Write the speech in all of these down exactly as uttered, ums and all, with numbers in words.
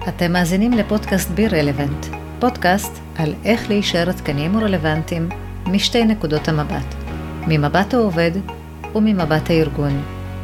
אתם מאזינים לפודקאסט בי רלוונט, פודקאסט על איך להישאר עדכניים ורלוונטיים משתי נקודות המבט, ממבט העובד וממבט הארגון.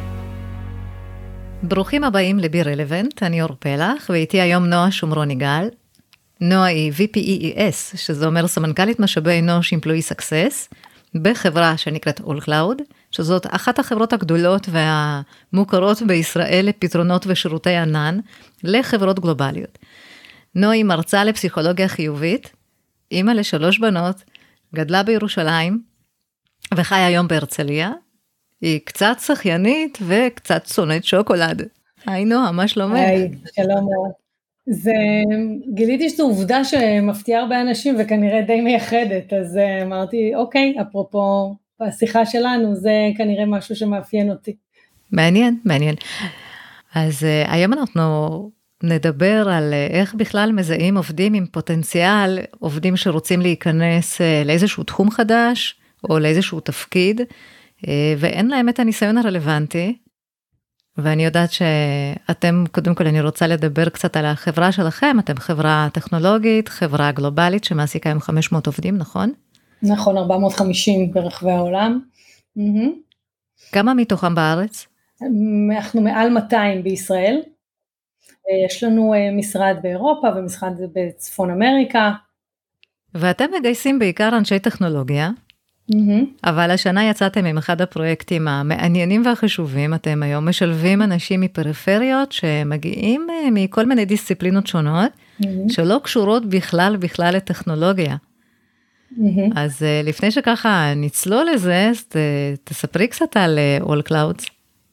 ברוכים הבאים לבי רלוונט, אני אור פלח, ואיתי היום נועה שומרון יגאל. נועה היא וי פי אי אי אס, שזה אומר סמנכ"לית משאבי אנוש Employee Success, בחברה שנקראת All Cloud, שזאת אחת החברות הגדולות והמוכרות בישראל לפתרונות ושירותי ענן לחברות גלובליות. נועה היא מרצה לפסיכולוגיה חיובית, אימא לשלוש בנות, גדלה בירושלים, וחיה היום בהרצליה. היא קצת שחיינית וקצת שונאת שוקולד. היי נועה, מה שלומך? היי, שלום. זה, גיליתי שזו עובדה שמפתיעה הרבה אנשים וכנראה די מייחדת, אז אמרתי, אוקיי, אפרופו בשיחה שלנו, זה כנראה משהו שמאפיין אותי. מעניין, מעניין. אז uh, היום אנחנו נדבר על uh, איך בכלל מזהים עובדים עם פוטנציאל, עובדים שרוצים להיכנס uh, לאיזשהו תחום חדש, או לאיזשהו תפקיד, uh, ואין להם את הניסיון הרלוונטי, ואני יודעת שאתם, קודם כל אני רוצה לדבר קצת על החברה שלכם, אתם חברה טכנולוגית, חברה גלובלית שמעסיקה עם חמש מאות עובדים, נכון? נכון, ארבע מאות וחמישים ברחבי העולם. כמה מתוכם בארץ? אנחנו מעל מאתיים בישראל, יש לנו משרד באירופה ומשרד בצפון אמריקה. ואתם מגייסים בעיקר אנשי טכנולוגיה, Mm-hmm. אבל השנה יצאתם עם אחד הפרויקטים המעניינים והחשובים, אתם היום משלבים אנשים מפריפריות שמגיעים מכל מיני דיסציפלינות שונות, mm-hmm. שלא קשורות בכלל בכלל לטכנולוגיה. Mm-hmm. אז לפני שככה נצלול לזה, אז תספרי קצת על All Clouds.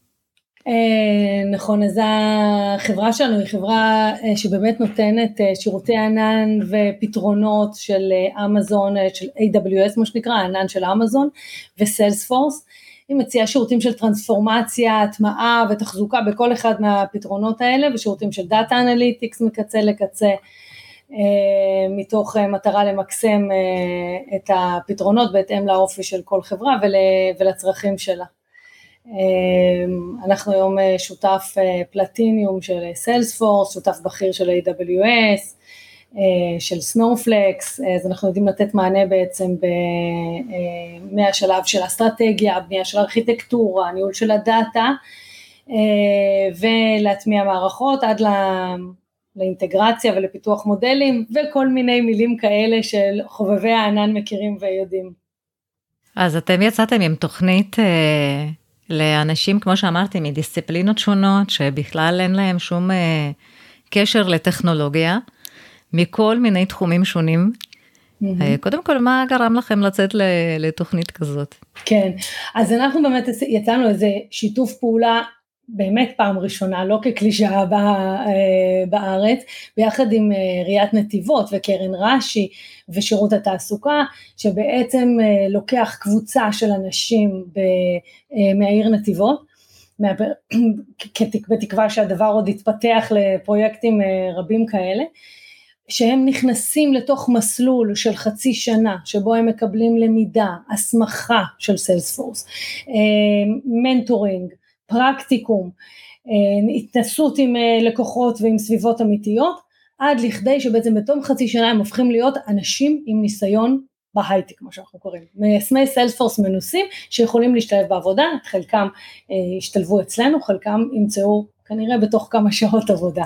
נכון, אז החברה שלנו היא חברה שבאמת נותנת שירותי ענן ופתרונות של אמזון, של איי דאבליו אס, מה שנקרא, הענן של אמזון וסיילספורס. היא מציעה שירותים של טרנספורמציה, הטמעה ותחזוקה בכל אחד מהפתרונות האלה, ושירותים של דאטה אנליטיקס מקצה לקצה, מתוך מטרה למקסם את הפתרונות בהתאם לאופי של כל חברה ולצרכים שלה. אנחנו היום שותף פלטיניום של סיילספורס, שותף בכיר של איי דאבליו אס, של סנואופלקס, אז אנחנו יודעים לתת מענה בעצם מהשלב של האסטרטגיה, הבנייה של הארכיטקטורה, הניהול של הדאטה, ולהטמיע מערכות עד לאינטגרציה ולפיתוח מודלים, וכל מיני מילים כאלה של חובבי הענן מכירים ויודעים. אז אתם יצאתם עם תוכנית לאנשים, כמו שאמרתי, מדיסציפלינות שונות, שבכלל אין להם שום אה, קשר לטכנולוגיה, מכל מיני תחומים שונים. Mm-hmm. אה, קודם כל, מה גרם לכם לצאת לתוכנית כזאת? כן, אז אנחנו באמת יצאנו איזה שיתוף פעולה, באמת פעם ראשונה, לא כקלישאה בארץ, ביחד עם עיריית נתיבות וקרן רש"י ושירות התעסוקה, שבעצם לוקח קבוצה של אנשים מהעיר נתיבות, בתקווה שהדבר עוד יתפתח לפרויקטים רבים כאלה, שהם נכנסים לתוך מסלול של חצי שנה, שבו הם מקבלים למידה, הסמכה של סיילספורס, מנטורינג, פרקטיקום, התנסות עם לקוחות ועם סביבות אמיתיות, עד לכדי שבעצם בתום חצי שנה הם הופכים להיות אנשים עם ניסיון בהייטק, מה שאנחנו קוראים, מיישמי סיילספורס מנוסים, שיכולים להשתלב בעבודה, חלקם השתלבו אצלנו, חלקם ימצאו כנראה בתוך כמה שעות עבודה,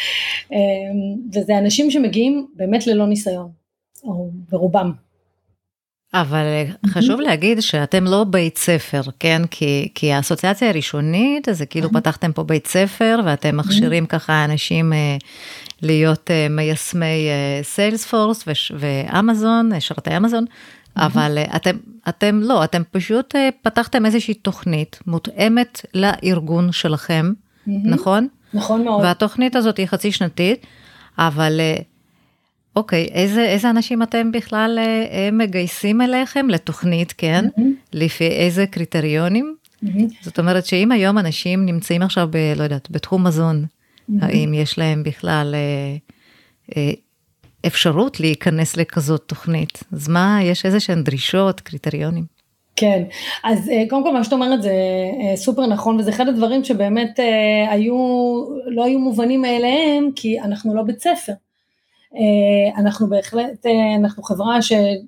וזה אנשים שמגיעים באמת ללא ניסיון, או ברובם. אבל חשוב להגיד שאתם לא בית ספר, כן? כי, כי האסוציאציה הראשונית, זה כאילו פתחתם פה בית ספר, ואתם מכשירים ככה אנשים להיות מיישמי סיילספורס ואמזון, שרתי אמזון, אבל אתם, אתם לא, אתם פשוט פתחתם איזושהי תוכנית מותאמת לארגון שלכם, נכון? נכון מאוד. והתוכנית הזאת היא חצי שנתית, אבל אוקיי, איזה, איזה אנשים אתם בכלל מגייסים אליכם לתוכנית, כן? Mm-hmm. לפי איזה קריטריונים? Mm-hmm. זאת אומרת שאם היום אנשים נמצאים עכשיו, ב, לא יודעת, בתחום מזון, mm-hmm. האם יש להם בכלל אה, אה, אפשרות להיכנס לכזאת תוכנית? אז מה, יש איזה שהן דרישות, קריטריונים? כן, אז קודם כל מה שאת אומרת זה סופר נכון, וזה אחד הדברים שבאמת היו, לא היו מובנים מאליהם, כי אנחנו לא בית ספר, אנחנו בהחלט, אנחנו חברה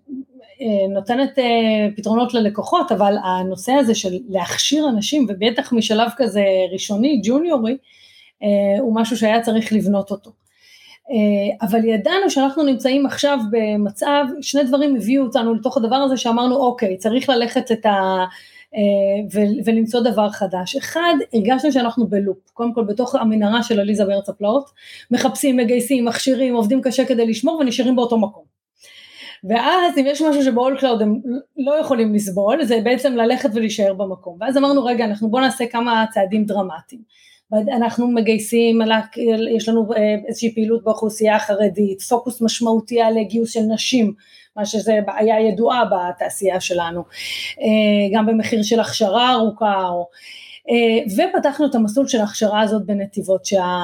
שנותנת פתרונות ללקוחות, אבל הנושא הזה של להכשיר אנשים, ובטח משלב כזה ראשוני, ג'וניורי, הוא משהו שהיה צריך לבנות אותו. אבל ידענו שאנחנו נמצאים עכשיו במצב, שני דברים הביאו אותנו לתוך הדבר הזה שאמרנו אוקיי, צריך ללכת את ה... ולמצוא דבר חדש. אחד, הרגשנו שאנחנו בלופ, קודם כל בתוך המנהרה של אליזה בארץ הפלאות, מחפשים, מגייסים, מכשירים, עובדים קשה כדי לשמור ונשארים באותו מקום. ואז אם יש משהו שבאול קלאוד הם לא יכולים לסבול, זה בעצם ללכת ולהישאר במקום. ואז אמרנו רגע, אנחנו בוא נעשה כמה צעדים דרמטיים. אנחנו מגייסים, יש לנו איזושהי פעילות באוכלוסייה החרדית, פוקוס משמעותי על גיוס של נשים, מה שזה בעיה ידועה בתעשייה שלנו, גם במחיר של הכשרה ארוכה, ופתחנו את המסלול של ההכשרה הזאת בנתיבות,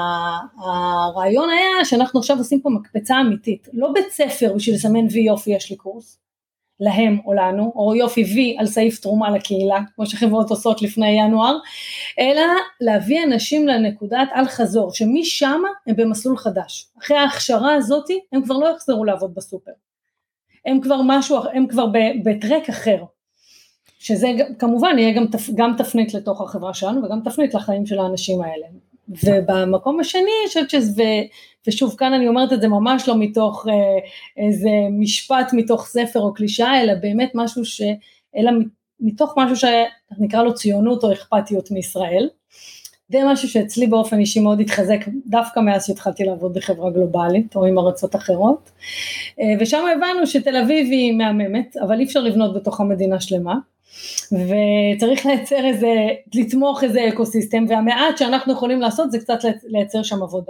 שהרעיון היה שאנחנו עכשיו עושים פה מקפצה אמיתית, לא בית ספר בשביל לסמן וי יופי יש לי קורס, להם או לנו, או יופי וי על סעיף תרומה לקהילה, כמו שחברות עושות לפני ינואר, אלא להביא אנשים לנקודת על חזור, שמשם הם במסלול חדש, אחרי ההכשרה הזאת הם כבר לא יחזרו לעבוד בסופר, הם כבר משהו, הם כבר בטרק אחר, שזה כמובן יהיה גם, גם תפנית לתוך החברה שלנו, וגם תפנית לחיים של האנשים האלה, ובמקום השני, שזה, ושוב כאן אני אומרת את זה ממש לא מתוך איזה משפט מתוך ספר או קלישה, אלא באמת משהו ש, אלא מתוך משהו שנקרא לו ציונות או אכפתיות מישראל, זה משהו שאצלי באופן אישי מאוד התחזק, דווקא מאז שהתחלתי לעבוד בחברה גלובלית, או עם ארצות אחרות, ושם הבנו שתל אביב היא מהממת, אבל אי אפשר לבנות בתוך המדינה שלמה, וצריך לייצר איזה, לתמוך איזה אקוסיסטם, והמעט שאנחנו יכולים לעשות זה קצת לייצר שם עבודה.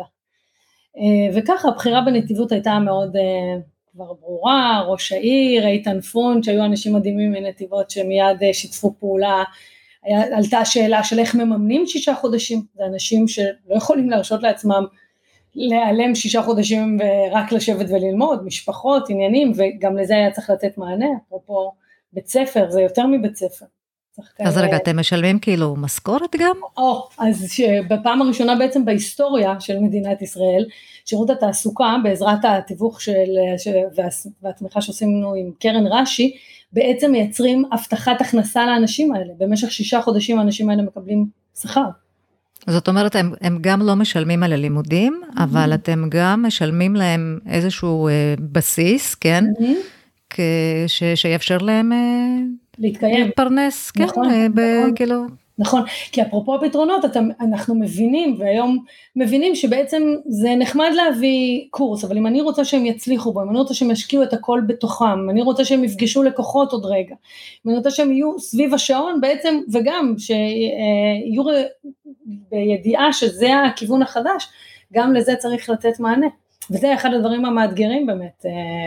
וככה הבחירה בנתיבות הייתה מאוד כבר ברורה, ראש העיר, איתן פרון, שהיו אנשים מדהימים מנתיבות שמיד שיתפו פעולה, עלתה השאלה של איך מממנים שישה חודשים, זה אנשים שלא יכולים להרשות לעצמם להיעלם שישה חודשים ורק לשבת וללמוד, משפחות, עניינים, וגם לזה היה צריך לתת מענה, אפרופו בית ספר, זה יותר מבית ספר. אז רגע, אתם משלמים כאילו משכורת גם? או, אז בפעם הראשונה בעצם בהיסטוריה של מדינת ישראל, שירות התעסוקה בעזרת התיווך של, והתמיכה שעושים לנו עם קרן רש"י, בעצם מייצרים הבטחת הכנסה לאנשים האלה, במשך שישה חודשים האנשים האלה מקבלים שכר. זאת אומרת, הם, הם גם לא משלמים על הלימודים, mm-hmm. אבל אתם גם משלמים להם איזשהו אה, בסיס, כן? Mm-hmm. ש, שיאפשר להם אה, להתקיים. להתפרנס, כן? נכון, אה, ב, נכון. כאילו... נכון, כי אפרופו הפתרונות, אנחנו מבינים, והיום מבינים שבעצם זה נחמד להביא קורס, אבל אם אני רוצה שהם יצליחו בו, אם אני רוצה שהם ישקיעו את הכל בתוכם, אם אני רוצה שהם יפגשו לקוחות עוד רגע, אם אני רוצה שהם יהיו סביב השעון בעצם, וגם שיהיו בידיעה שזה הכיוון החדש, גם לזה צריך לתת מענה, וזה אחד הדברים המאתגרים באמת,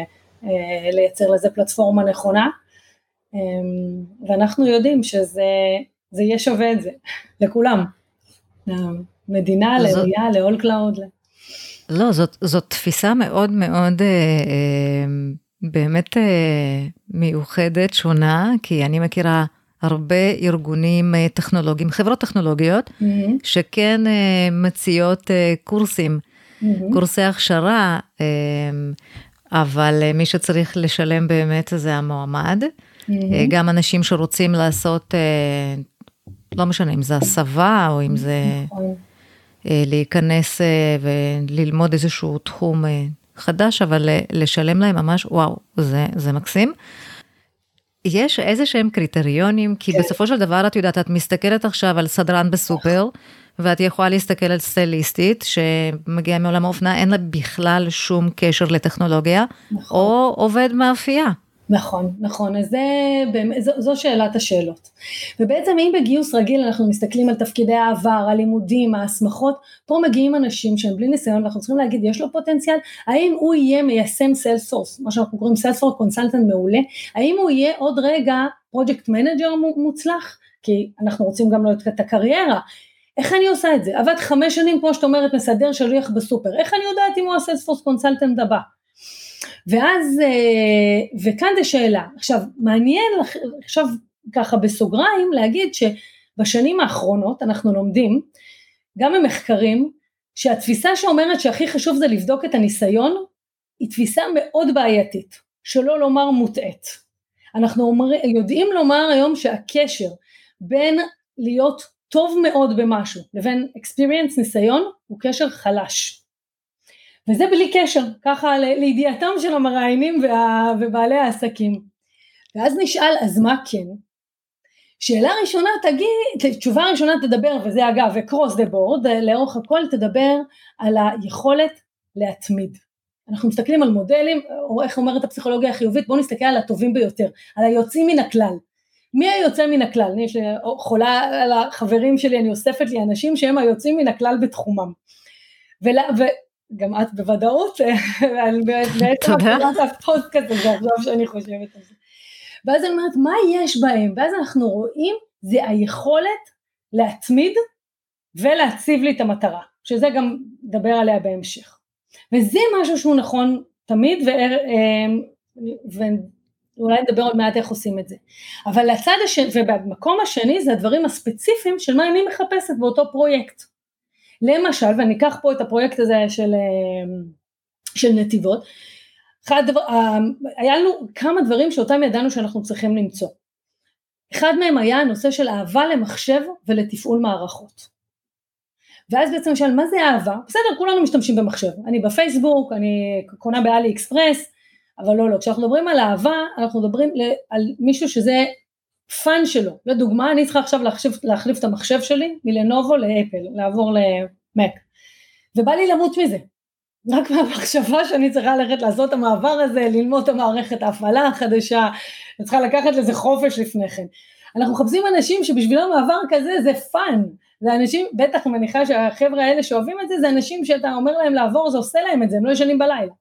לייצר לזה פלטפורמה נכונה, ואנחנו יודעים שזה... זה יהיה שווה את זה, לכולם, למדינה, לעירייה, לאול קלאוד. לא, זאת, זאת תפיסה מאוד מאוד, באמת מיוחדת, שונה, כי אני מכירה הרבה ארגונים טכנולוגיים, חברות טכנולוגיות, mm-hmm. שכן מציעות קורסים, mm-hmm. קורסי הכשרה, אבל מי שצריך לשלם באמת זה המועמד, mm-hmm. גם אנשים שרוצים לעשות... לא משנה אם זה הסבה, או אם זה להיכנס וללמוד איזשהו תחום חדש, אבל לשלם להם ממש, וואו, זה, זה מקסים. יש איזה שהם קריטריונים, כי בסופו של דבר את יודעת, את מסתכלת עכשיו על סדרן בסופר, ואת יכולה להסתכל על סטייליסטית, שמגיעה מעולם האופנה, אין לה בכלל שום קשר לטכנולוגיה, או עובד מאפייה. נכון, נכון, אז זה, זו, זו שאלת השאלות, ובעצם אם בגיוס רגיל אנחנו מסתכלים על תפקידי העבר, הלימודים, ההסמכות, פה מגיעים אנשים שהם בלי ניסיון, ואנחנו צריכים להגיד, יש לו פוטנציאל, האם הוא יהיה מיישם סיילספורס, מה שאנחנו קוראים סיילספורס קונסלטנט מעולה, האם הוא יהיה עוד רגע פרויקט מנג'ר מוצלח, כי אנחנו רוצים גם לו את הקריירה, איך אני עושה את זה? עבד חמש שנים, כמו שאת אומרת, מסדר שליח בסופר, איך אני יודעת אם הוא הסיילספורס קונסלטנט הבא? ואז, וכאן זה שאלה, עכשיו, מעניין, עכשיו, ככה בסוגריים להגיד שבשנים האחרונות אנחנו לומדים, גם במחקרים, שהתפיסה שאומרת שהכי חשוב זה לבדוק את הניסיון, היא תפיסה מאוד בעייתית, שלא לומר מוטעת. אנחנו אומר, יודעים לומר היום שהקשר בין להיות טוב מאוד במשהו, לבין experience ניסיון, הוא קשר חלש. וזה בלי קשר, ככה לידיעתם של המראיינים וה, ובעלי העסקים. ואז נשאל, אז מה כן? שאלה ראשונה תגיד, תשובה ראשונה תדבר, וזה אגב, across the board, לאורך הכל תדבר על היכולת להתמיד. אנחנו מסתכלים על מודלים, או איך אומרת הפסיכולוגיה החיובית, בואו נסתכל על הטובים ביותר, על היוצאים מן הכלל. מי היוצא מן הכלל? אני חולה על החברים שלי, אני אוספת לי אנשים שהם היוצאים מן הכלל בתחומם. וגם את בוודאות, בעצם את הפודקאסט הזה, עכשיו שאני חושבת על זה. ואז אני אומרת, מה יש בהם? ואז אנחנו רואים, זה היכולת להתמיד ולהציב לי את המטרה, שזה גם דבר עליה בהמשך. וזה משהו שהוא נכון תמיד, ואולי נדבר עוד מעט איך עושים את זה. אבל לצד השני, ובמקום השני, זה הדברים הספציפיים של מה אני מחפשת באותו פרויקט. למשל, ואני אקח פה את הפרויקט הזה של, של נתיבות, אחד, היה לנו כמה דברים שאותם ידענו שאנחנו צריכים למצוא. אחד מהם היה הנושא של אהבה למחשב ולתפעול מערכות. ואז בעצם שאל, מה זה אהבה? בסדר, כולנו משתמשים במחשב. אני בפייסבוק, אני קונה באלי אקספרס, אבל לא, לא. כשאנחנו מדברים על אהבה, אנחנו מדברים על מישהו שזה פן שלו. לדוגמה, אני צריכה עכשיו להחליף, להחליף את המחשב שלי מלנובו לאפל, לעבור למק. ובא לי למות מזה. רק מהמחשבה שאני צריכה ללכת לעשות את המעבר הזה, ללמוד את המערכת ההפעלה החדשה, אני צריכה לקחת לזה חופש לפני כן. אנחנו מחפשים אנשים שבשבילם מעבר כזה זה פן, זה אנשים, בטח מניחה שהחבר'ה האלה שאוהבים את זה, זה אנשים שאתה אומר להם לעבור, זה עושה להם את זה, הם לא ישנים בלילה.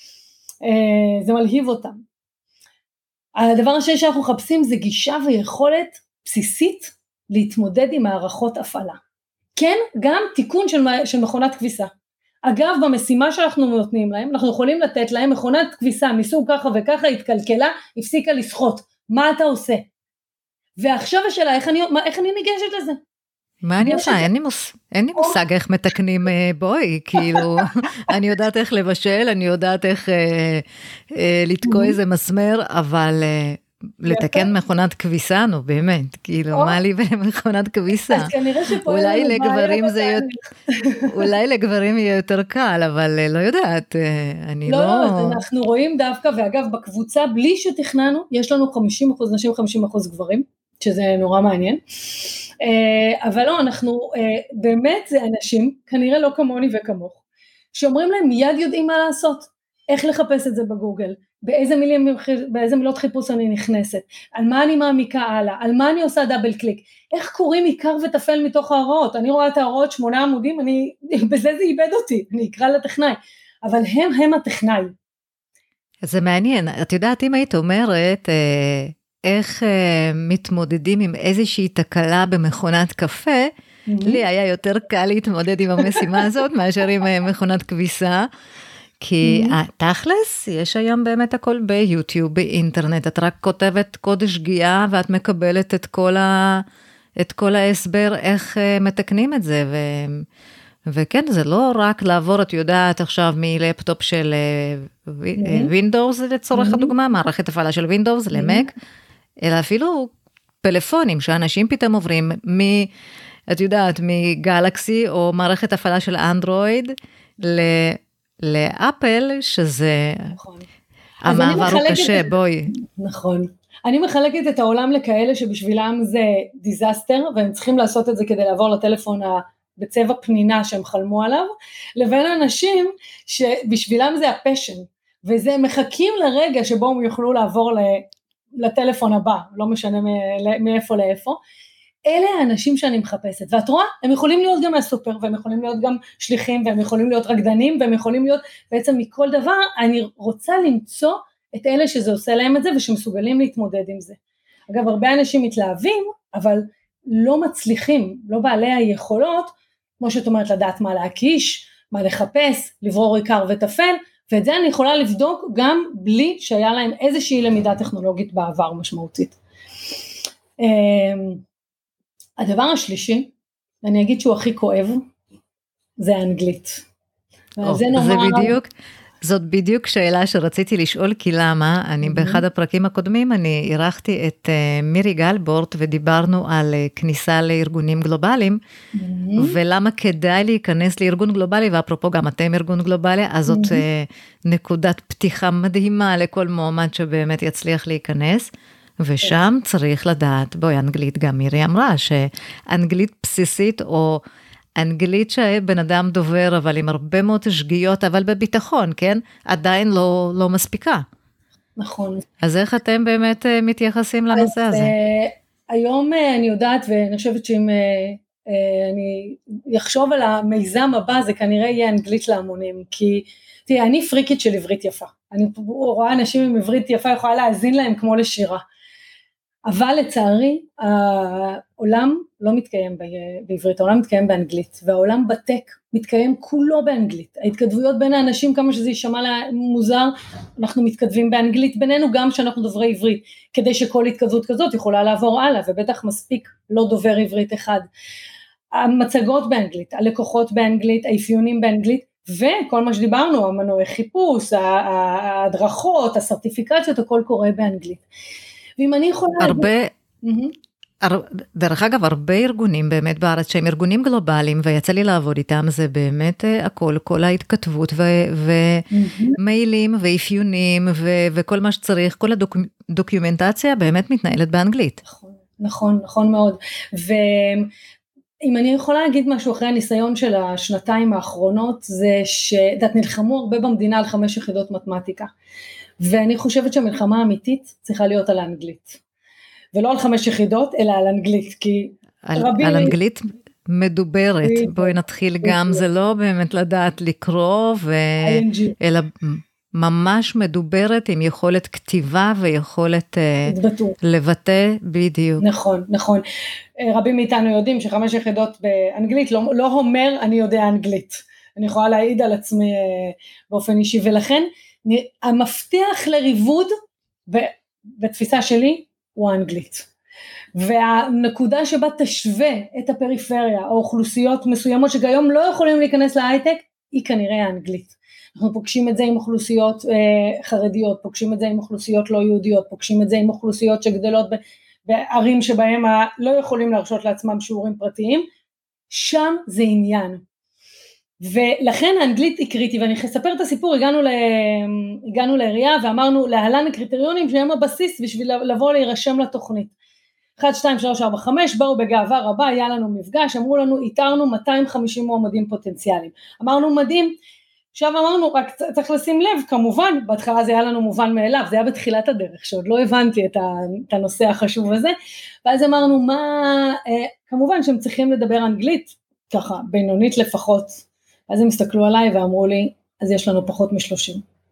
זה מלהיב אותם. הדבר השני שאנחנו מחפשים זה גישה ויכולת בסיסית להתמודד עם מערכות הפעלה. כן, גם תיקון של, של מכונת כביסה. אגב, במשימה שאנחנו נותנים להם, אנחנו יכולים לתת להם מכונת כביסה מסוג ככה וככה, התקלקלה, הפסיקה לשחות. מה אתה עושה? ועכשיו השאלה, איך אני, איך אני ניגשת לזה? מה אני עושה? אין לי, מוס... אין לי מושג איך מתקנים בוי, כאילו, אני יודעת איך לבשל, אני יודעת איך אה, אה, לתקוע איזה מסמר, אבל אה, לתקן מכונת כביסה, נו באמת, כאילו, מה לי במכונת כביסה? אז כנראה שפה אולי לגברים זה יותר, אולי לגברים יהיה יותר קל, אבל לא יודעת, אני לא... לא, לא, אנחנו רואים דווקא, ואגב, בקבוצה, בלי שתכננו, יש לנו חמישים אחוז נשים, חמישים אחוז גברים, שזה נורא מעניין, אבל לא, אנחנו באמת זה אנשים, כנראה לא כמוני וכמוך, שאומרים להם מיד יודעים מה לעשות, איך לחפש את זה בגוגל, באיזה מילים, באיזה מילות חיפוש אני נכנסת, על מה אני מעמיקה הלאה, על מה אני עושה דאבל קליק, איך קוראים עיקר ותפל מתוך ההוראות, אני רואה את ההוראות שמונה עמודים, אני, בזה זה איבד אותי, אני אקרא לטכנאי, אבל הם הם הטכנאי. זה מעניין, את יודעת אם היית אומרת, איך מתמודדים עם איזושהי תקלה במכונת קפה, לי היה יותר קל להתמודד עם המשימה הזאת, מאשר עם מכונת כביסה, כי תכלס, יש היום באמת הכל ביוטיוב, באינטרנט, את רק כותבת קוד שגיאה, ואת מקבלת את כל, ה, את כל ההסבר, איך מתקנים את זה, ו, וכן, זה לא רק לעבור, את יודעת עכשיו מלפטופ של Windows, לצורך הדוגמה, מערכת הפעלה של Windows למק, אלא אפילו פלאפונים, שאנשים פתאום עוברים מ... את יודעת, מגלקסי, או מערכת הפעלה של אנדרואיד, ל... לאפל, שזה, נכון. המעבר הוא קשה, את... בואי. נכון. אני מחלקת את העולם לכאלה שבשבילם זה דיזסטר, והם צריכים לעשות את זה כדי לעבור לטלפון בצבע פנינה שהם חלמו עליו, לבין אנשים שבשבילם זה הפשן, וזה מחכים לרגע שבו הם יוכלו לעבור לטלפון הבא, לא משנה מאיפה לאיפה, אלה האנשים שאני מחפשת, ואת רואה, הם יכולים להיות גם מהסופר, והם יכולים להיות גם שליחים, והם יכולים להיות רקדנים, והם יכולים להיות בעצם מכל דבר, אני רוצה למצוא את אלה שזה עושה להם את זה, ושמסוגלים להתמודד עם זה. אגב, הרבה אנשים מתלהבים, אבל לא מצליחים, לא בעלי היכולות, כמו שאת אומרת, לדעת מה להקיש, מה לחפש, לברור עיקר וטפל, ואת זה אני יכולה לבדוק גם בלי שהיה להם איזושהי למידה טכנולוגית בעבר משמעותית. הדבר השלישי, אני אגיד שהוא הכי כואב, זה האנגלית. או, זה, זה בדיוק, זאת בדיוק שאלה שרציתי לשאול, כי למה? אני mm-hmm. באחד הפרקים הקודמים, אני אירחתי את uh, מירי גלבורט, ודיברנו על uh, כניסה לארגונים גלובליים, mm-hmm. ולמה כדאי להיכנס לארגון גלובלי, ואפרופו גם אתם ארגון גלובלי, אז זאת mm-hmm. uh, נקודת פתיחה מדהימה לכל מועמד שבאמת יצליח להיכנס, ושם צריך לדעת, בואי, אנגלית, גם מירי אמרה, שאנגלית בסיסית, או אנגלית שבן אדם דובר, אבל עם הרבה מאוד שגיאות, אבל בביטחון, כן? עדיין לא, לא מספיקה. נכון. אז איך אתם באמת מתייחסים לנושא הזה? היום אני יודעת, ואני חושבת שאם אני אחשוב על המיזם הבא, זה כנראה יהיה אנגלית להמונים, כי תראה, אני פריקית של עברית יפה. אני רואה אנשים עם עברית יפה, יכולה להאזין להם כמו לשירה. אבל לצערי, העולם לא מתקיים בעברית, העולם מתקיים באנגלית, והעולם בטק מתקיים כולו באנגלית. ההתכתבויות בין האנשים, כמה שזה יישמע מוזר, אנחנו מתכתבים באנגלית בינינו, גם שאנחנו דוברי עברית, כדי שכל התכתבות כזאת יכולה לעבור הלאה, ובטח מספיק לא דובר עברית אחד. המצגות באנגלית, הלקוחות באנגלית, האפיונים באנגלית, וכל מה שדיברנו, המנועי חיפוש, ההדרכות, הסרטיפיקציות, הכל קורה באנגלית. ואם אני יכולה... הרבה, דרך אגב, הרבה ארגונים באמת בארץ, שהם ארגונים גלובליים, ויצא לי לעבוד איתם, זה באמת הכל, כל ההתכתבות, ומיילים, ואפיונים, וכל מה שצריך, כל הדוקומנטציה באמת מתנהלת באנגלית. נכון, נכון, נכון מאוד. ואם אני יכולה להגיד משהו אחרי הניסיון של השנתיים האחרונות, זה שאת נלחמו הרבה במדינה על חמש יחידות מתמטיקה. ואני חושבת שהמלחמה האמיתית צריכה להיות על האנגלית, ולא על חמש יחידות, אלא על אנגלית, כי על, רבים... על אנגלית מדוברת, בואי נתחיל גם, זה לא באמת לדעת לקרוא, ו... אלא ממש מדוברת, עם יכולת כתיבה, ויכולת לבטא בדיוק. נכון, נכון. רבים מאיתנו יודעים שחמש יחידות באנגלית, לא, לא אומר אני יודע אנגלית, אני יכולה להעיד על עצמי באופן אישי, ולכן, המפתח לריבוד, בתפיסה שלי, הוא האנגלית. והנקודה שבה תשווה את הפריפריה, או אוכלוסיות מסוימות, שכיום לא יכולים להיכנס להייטק, היא כנראה האנגלית. אנחנו פוגשים את זה עם אוכלוסיות אה, חרדיות, פוגשים את זה עם אוכלוסיות לא יהודיות, פוגשים את זה עם אוכלוסיות שגדלות בערים שבהם לא יכולים להרשות לעצמם שיעורים פרטיים, שם זה עניין. ולכן האנגלית היא קריטי, ואני אספר את הסיפור, הגענו, ל... הגענו לעירייה ואמרנו להלן הקריטריונים שהם הבסיס בשביל לבוא להירשם לתוכנית. אחת, שתיים, שלוש, ארבע, חמש, באו בגאווה רבה, היה לנו מפגש, אמרו לנו, איתרנו מאתיים וחמישים מועמדים פוטנציאליים. אמרנו מדהים, עכשיו אמרנו, רק צריך לשים לב, כמובן, בהתחלה זה היה לנו מובן מאליו, זה היה בתחילת הדרך, שעוד לא הבנתי את הנושא החשוב הזה, ואז אמרנו, מה, כמובן שהם צריכים לדבר אנגלית, ככה, בינונית לפחות, אז הם הסתכלו עליי ואמרו לי, אז יש לנו פחות משלושים.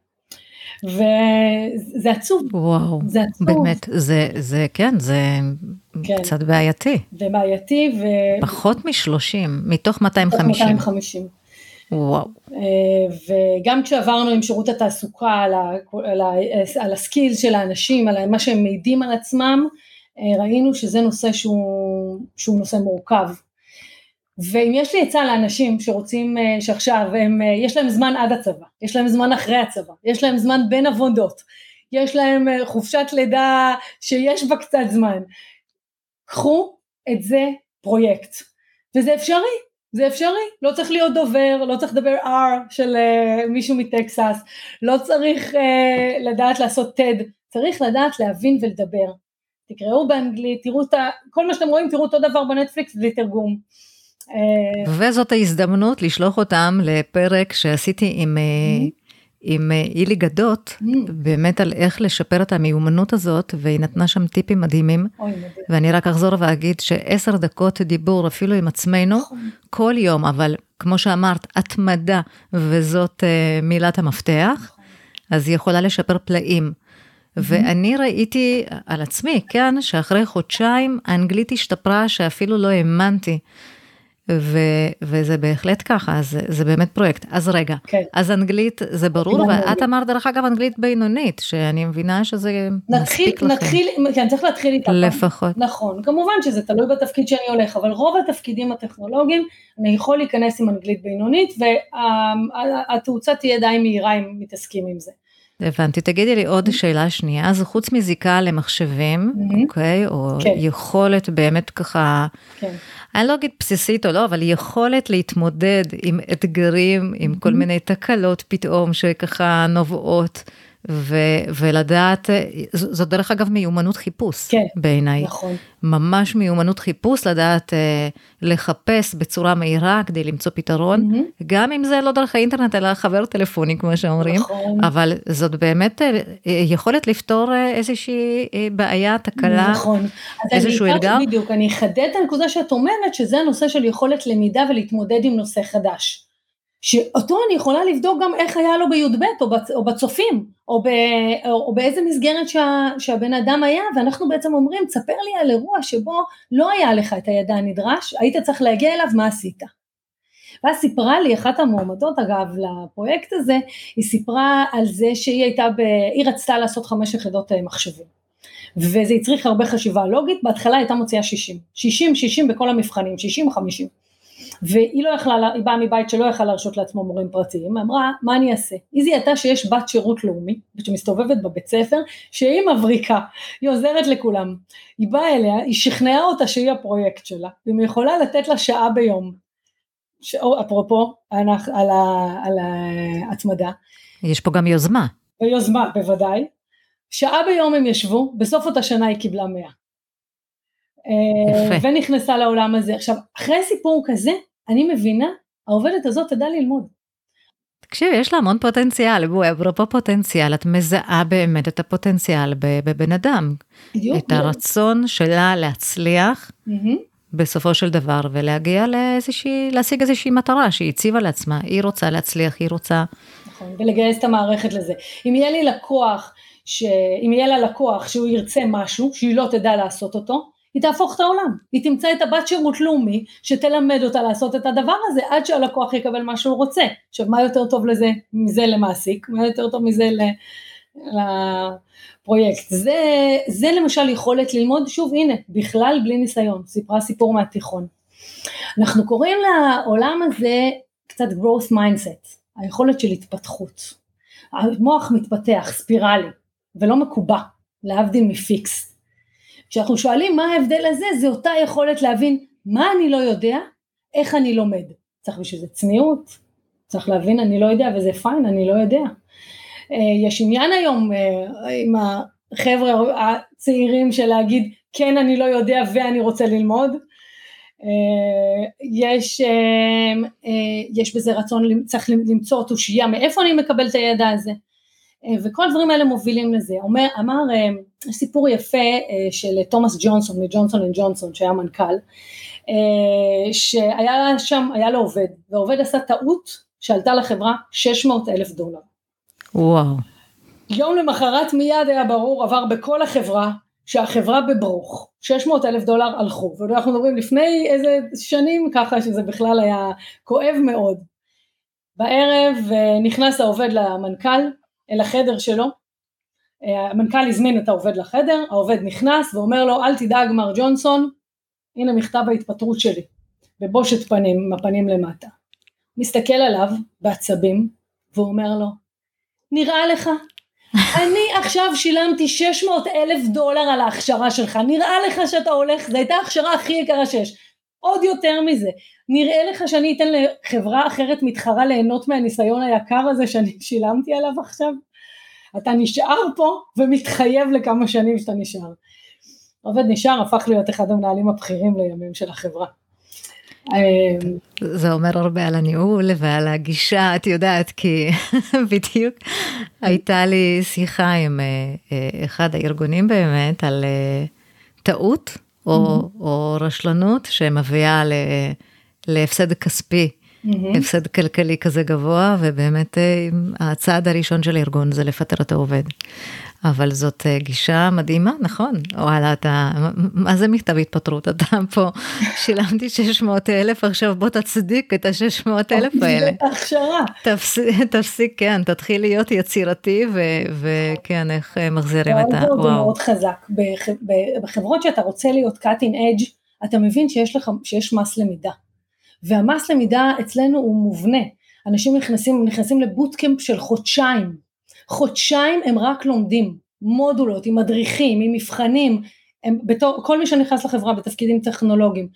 וזה עצוב. וואו, זה עצוב. באמת, זה, זה, כן, זה כן. קצת בעייתי. זה בעייתי. ו... פחות משלושים, מתוך מאתיים וחמישים. מתוך מאתיים וחמישים. וואו. וגם כשעברנו עם שירות התעסוקה, על, ה, על, ה, על הסקיל של האנשים, על מה שהם מעידים על עצמם, ראינו שזה נושא שהוא, שהוא נושא מורכב. ואם יש לי עצה לאנשים שרוצים שעכשיו, הם, יש להם זמן עד הצבא, יש להם זמן אחרי הצבא, יש להם זמן בין עבודות, יש להם חופשת לידה שיש בה קצת זמן, קחו את זה פרויקט, וזה אפשרי, זה אפשרי, לא צריך להיות דובר, לא צריך לדבר R של uh, מישהו מטקסס, לא צריך uh, לדעת לעשות TED, צריך לדעת להבין ולדבר, תקראו באנגלית, תראו את ה, כל מה שאתם רואים, תראו אותו דבר בנטפליקס בלי תרגום, וזאת ההזדמנות לשלוח אותם לפרק שעשיתי עם, עם אילי גדות, באמת על איך לשפר את המיומנות הזאת, והיא נתנה שם טיפים מדהימים, ואני רק אחזור ואגיד שעשר דקות דיבור אפילו עם עצמנו, כל יום, אבל כמו שאמרת, התמדה, וזאת מילת המפתח, אז היא יכולה לשפר פלאים. ואני ראיתי על עצמי, כן, שאחרי חודשיים האנגלית השתפרה שאפילו לא האמנתי, ו, וזה בהחלט ככה, אז זה באמת פרויקט. אז רגע, כן. אז אנגלית זה ברור, ואת אמרת דרך אגב אנגלית בינונית, שאני מבינה שזה נתחיל, מספיק לכם. נתחיל, כן, צריך להתחיל איתה. לפחות. נכון, כמובן שזה תלוי בתפקיד שאני הולך, אבל רוב התפקידים הטכנולוגיים, אני יכול להיכנס עם אנגלית בינונית, והתאוצה תהיה די מהירה אם מתעסקים עם זה. הבנתי, תגידי לי עוד שאלה שנייה, אז חוץ מזיקה למחשבים, אוקיי, או יכולת באמת ככה, אני לא אגיד בסיסית או לא, אבל יכולת להתמודד עם אתגרים, עם כל מיני תקלות פתאום שככה נובעות, ולדעת, זו דרך אגב מיומנות חיפוש בעיניי, נכון. ממש מיומנות חיפוש, לדעת לחפש בצורה מהירה כדי למצוא פתרון, גם אם זה לא דרך האינטרנט, אלא חבר טלפוני כמו שאומרים, אבל זאת באמת יכולת לפתור איזושהי בעיה, תקלה, איזשהו אתגר. בדיוק, אני אחדד את הנקודה שאת אומרת, שזה הנושא של יכולת למידה ולהתמודד עם נושא חדש. שאותו אני יכולה לבדוק גם איך היה לו בי"ב או בצופים, או, ב, או באיזה מסגרת שה, שהבן אדם היה, ואנחנו בעצם אומרים, תספר לי על אירוע שבו לא היה לך את הידע הנדרש, היית צריך להגיע אליו, מה עשית? ואז סיפרה לי, אחת המועמדות אגב לפרויקט הזה, היא סיפרה על זה שהיא הייתה, ב, היא רצתה לעשות חמש יחידות מחשבים, וזה הצריך הרבה חשיבה לוגית, בהתחלה הייתה מוציאה שישים, שישים, שישים בכל המבחנים, שישים, חמישים. והיא לא יכלה, היא באה מבית שלא יכלה להרשות לעצמו מורים פרטיים, אמרה, מה אני אעשה? היא זיהתה שיש בת שירות לאומי, שמסתובבת בבית ספר, שהיא מבריקה, היא עוזרת לכולם, היא באה אליה, היא שכנעה אותה שהיא הפרויקט שלה, והיא יכולה לתת לה שעה ביום, ש... אפרופו, על, על, על ההתמדה. יש פה גם יוזמה. יוזמה, בוודאי. שעה ביום הם ישבו, בסוף אותה שנה היא קיבלה מאה. יפה. ונכנסה לעולם הזה. עכשיו, אחרי סיפור כזה, אני מבינה, העובדת הזאת תדע ללמוד. תקשיב, יש לה המון פוטנציאל, בואי, אפרופו פוטנציאל, את מזהה באמת את הפוטנציאל בבן אדם. בדיוק. את הרצון שלה להצליח, בסופו של דבר, ולהגיע לאיזושהי, להשיג איזושהי מטרה, שהיא הציבה לעצמה, היא רוצה להצליח, היא רוצה... נכון, ולגייס את המערכת לזה. אם יהיה לי לקוח, אם יהיה לה לקוח שהוא ירצה משהו, שהיא לא תדע לעשות אותו, היא תהפוך את העולם, היא תמצא את הבת שירות לאומי, שתלמד אותה לעשות את הדבר הזה, עד שהלקוח יקבל מה שהוא רוצה. עכשיו, מה יותר טוב לזה, מזה למעסיק, מה יותר טוב מזה לפרויקט. זה, זה למשל יכולת ללמוד, שוב, הנה, בכלל בלי ניסיון, סיפרה סיפור מהתיכון. אנחנו קוראים לעולם הזה קצת growth mindset, היכולת של התפתחות. המוח מתפתח, ספירלי, ולא מקובע, להבדיל מפיקס. כשאנחנו שואלים מה ההבדל הזה, זה אותה יכולת להבין מה אני לא יודע, איך אני לומד. צריך בשביל זה צניעות, צריך להבין אני לא יודע, וזה פיין, אני לא יודע. יש עניין היום עם החבר'ה הצעירים של להגיד, כן אני לא יודע ואני רוצה ללמוד. יש, יש בזה רצון, צריך למצוא תושייה, מאיפה אני מקבל את הידע הזה. וכל הדברים האלה מובילים לזה. אומר, אמר, יש סיפור יפה של תומאס ג'ונסון, מג'ונסון אנד ג'ונסון, שהיה מנכ"ל, שהיה שם, היה לו עובד, והעובד עשה טעות, שעלתה לחברה שש מאות אלף דולר. וואו. יום למחרת מיד היה ברור, עבר בכל החברה, שהחברה בברוך, שש מאות אלף דולר הלכו, ואנחנו מדברים לפני איזה שנים ככה, שזה בכלל היה כואב מאוד. בערב נכנס העובד למנכ"ל, אל החדר שלו, המנכ"ל הזמין את העובד לחדר, העובד נכנס ואומר לו, אל תדאג מר ג'ונסון, הנה מכתב ההתפטרות שלי, בבושת פנים, עם הפנים למטה. מסתכל עליו בעצבים, והוא אומר לו, נראה לך, אני עכשיו שילמתי שש מאות אלף דולר על ההכשרה שלך, נראה לך שאתה הולך, זו הייתה ההכשרה הכי יקרה שיש, עוד יותר מזה, נראה לך שאני אתן לחברה אחרת מתחרה ליהנות מהניסיון היקר הזה שאני שילמתי עליו עכשיו, אתה נשאר פה ומתחייב לכמה שנים שאתה נשאר. עובד נשאר, הפך להיות אחד המנהלים הבכירים לימים של החברה. זה אומר הרבה על הניהול ועל הגישה, את יודעת, כי בדיוק הייתה לי שיחה עם אחד הארגונים באמת על טעות, או, או רשלנות שמביאה ל, להפסד כספי, mm-hmm. הפסד כלכלי כזה גבוה, ובאמת הצעד הראשון של הארגון זה לפטר את העובד. אבל זאת גישה מדהימה, נכון? וואלה, אתה, מה זה מכתב התפטרות? אתה פה שילמתי שש מאות אלף, עכשיו בוא תצדיק את ה-שש מאות אלף האלה. תצדיק את ההכשרה. תפסיק, כן, תתחיל להיות יצירתי, וכן, איך מחזירים את ה... וואו. זה מאוד חזק. בחברות שאתה רוצה להיות cutting edge, אתה מבין שיש לך, שיש מס למידה. והמס למידה אצלנו הוא מובנה. אנשים נכנסים, נכנסים לבוטקאמפ של חודשיים. חודשיים הם רק לומדים, מודולות, עם מדריכים, עם מבחנים, הם בתור, כל מי שנכנס לחברה בתפקידים טכנולוגיים,